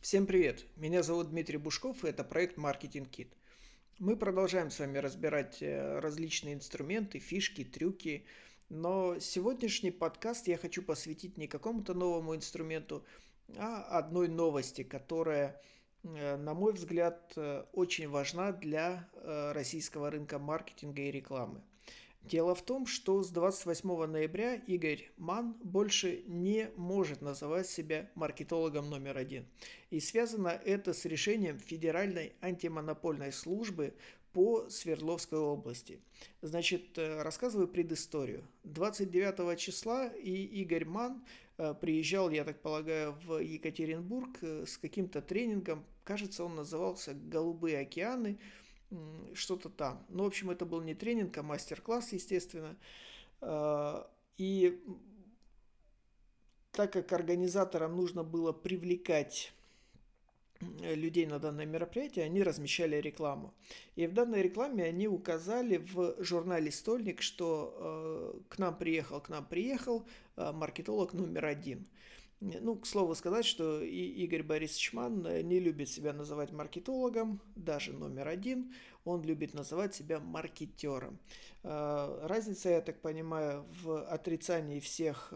Всем привет! Меня зовут Дмитрий Бушков, и это проект Marketing Kit. Мы продолжаем с вами разбирать различные инструменты, фишки, трюки, но сегодняшний подкаст я хочу посвятить не какому-то новому инструменту, а одной новости, которая, на мой взгляд, очень важна для российского рынка маркетинга и рекламы. Дело в том, что с 28 ноября Игорь Манн больше не может называть себя маркетологом номер один. И связано это с решением Федеральной антимонопольной службы по Свердловской области. Значит, рассказываю предысторию. 29 числа Игорь Манн приезжал, я так полагаю, в Екатеринбург с каким-то тренингом. Кажется, он назывался «Голубые океаны», что-то там. Ну, в общем, это был не тренинг, а мастер-класс, естественно. И так как организаторам нужно было привлекать людей на данное мероприятие, они размещали рекламу. И в данной рекламе они указали в журнале «Стольник», что к нам приехал маркетолог номер один. Ну, к слову сказать, что Игорь Борисович Манн не любит себя называть маркетологом, даже номер один, он любит называть себя маркетером. Разница, я так понимаю, в отрицании всех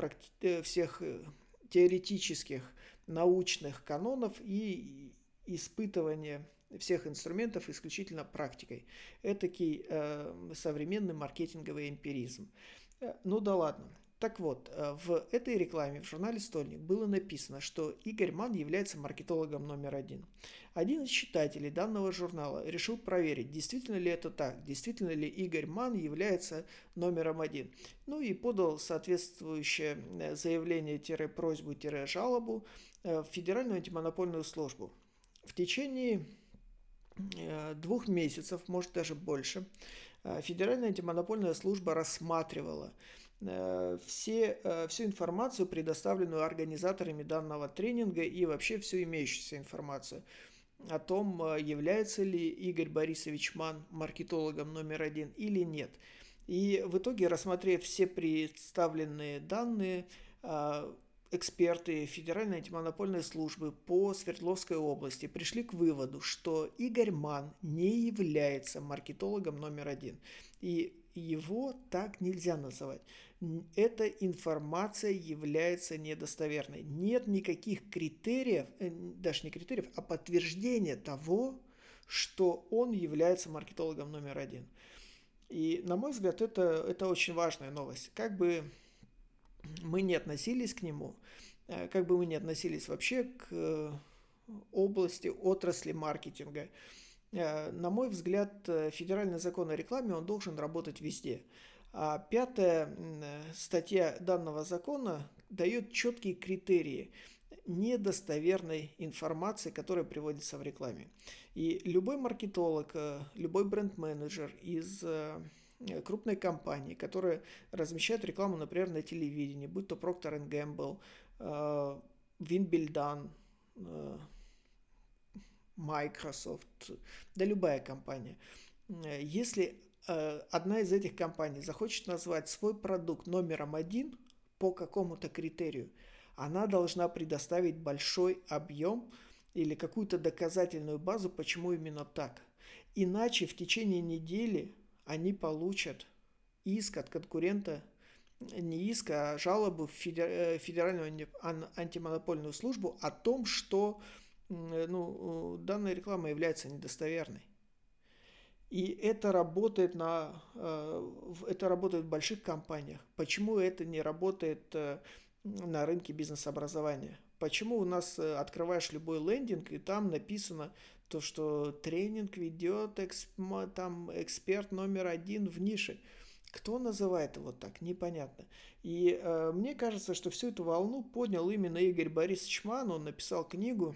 теоретических научных канонов и испытывания всех инструментов исключительно практикой. Этакий современный маркетинговый эмпиризм. Ну да ладно. Так вот, в этой рекламе в журнале «Стольник» было написано, что Игорь Манн является маркетологом номер один. Один из читателей данного журнала решил проверить, действительно ли это так, действительно ли Игорь Манн является номером один. Ну и подал соответствующее заявление-просьбу-жалобу в Федеральную антимонопольную службу. В течение 2 месяцев, может даже больше, Федеральная антимонопольная служба рассматривала всю информацию, предоставленную организаторами данного тренинга и вообще всю имеющуюся информацию о том, является ли Игорь Борисович Манн маркетологом номер один или нет. И в итоге, рассмотрев все представленные данные, эксперты Федеральной антимонопольной службы по Свердловской области пришли к выводу, что Игорь Манн не является маркетологом номер один. И его так нельзя называть. Эта информация является недостоверной. Нет никаких критериев, даже не критериев, а подтверждения того, что он является маркетологом номер один. И, на мой взгляд, это очень важная новость. Как бы мы не относились к нему, как бы мы не относились вообще к области, отрасли маркетинга, на мой взгляд, федеральный закон о рекламе, он должен работать везде. А 5-я статья данного закона дает четкие критерии недостоверной информации, которая приводится в рекламе. И любой маркетолог, любой бренд-менеджер из крупной компании, которая размещает рекламу, например, на телевидении, будь то Procter Gamble, Wimbledon, Microsoft, да любая компания. Если одна из этих компаний захочет назвать свой продукт номером один по какому-то критерию, она должна предоставить большой объем или какую-то доказательную базу, почему именно так. Иначе в течение недели они получат иск от конкурента, не иск, а жалобу в Федеральную антимонопольную службу о том, что данная реклама является недостоверной. И это работает в больших компаниях. Почему это не работает на рынке бизнес-образования? Почему у нас открываешь любой лендинг, и там написано то, что тренинг ведет эксперт номер один в нише? Кто называет его так? Непонятно. И мне кажется, что всю эту волну поднял именно Игорь Борисович Манн. Он написал книгу.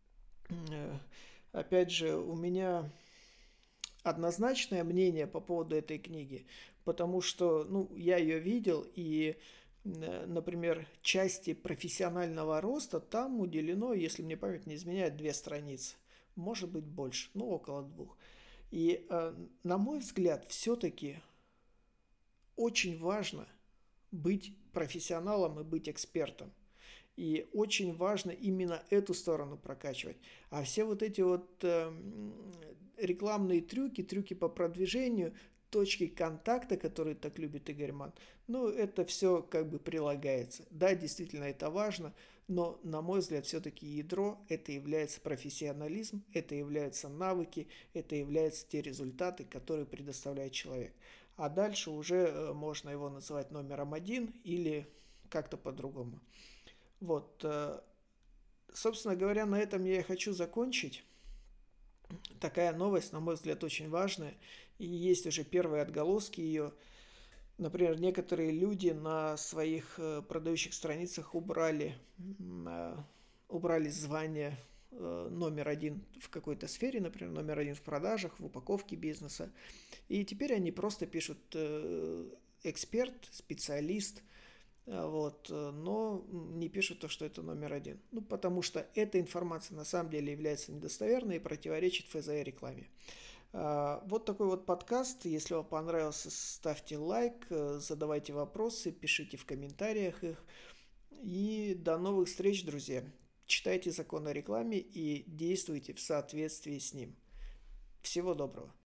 Опять же, у меня однозначное мнение по поводу этой книги, потому что, я ее видел, и, например, части профессионального роста там уделено, если мне память не изменяет, 2 страницы, может быть больше, около 2. И, на мой взгляд, все-таки очень важно быть профессионалом и быть экспертом. И очень важно именно эту сторону прокачивать. А все вот эти вот рекламные трюки по продвижению, точки контакта, которые так любит Игорь Манн, ну, это все как бы прилагается. Да, действительно, это важно, но, на мой взгляд, все-таки ядро – это является профессионализм, это являются навыки, это являются те результаты, которые предоставляет человек. А дальше уже можно его называть номером один или как-то по-другому. Вот, собственно говоря, на этом я и хочу закончить. Такая новость, на мой взгляд, очень важная. И есть уже первые отголоски ее. Например, некоторые люди на своих продающих страницах убрали звание номер один в какой-то сфере, например, номер один в продажах, в упаковке бизнеса. И теперь они просто пишут эксперт, специалист, вот, но не пишут то, что это номер один. Ну, потому что эта информация на самом деле является недостоверной и противоречит ФЗ рекламе. Вот такой вот подкаст. Если вам понравился, ставьте лайк, задавайте вопросы, пишите в комментариях их. И до новых встреч, друзья. Читайте закон о рекламе и действуйте в соответствии с ним. Всего доброго.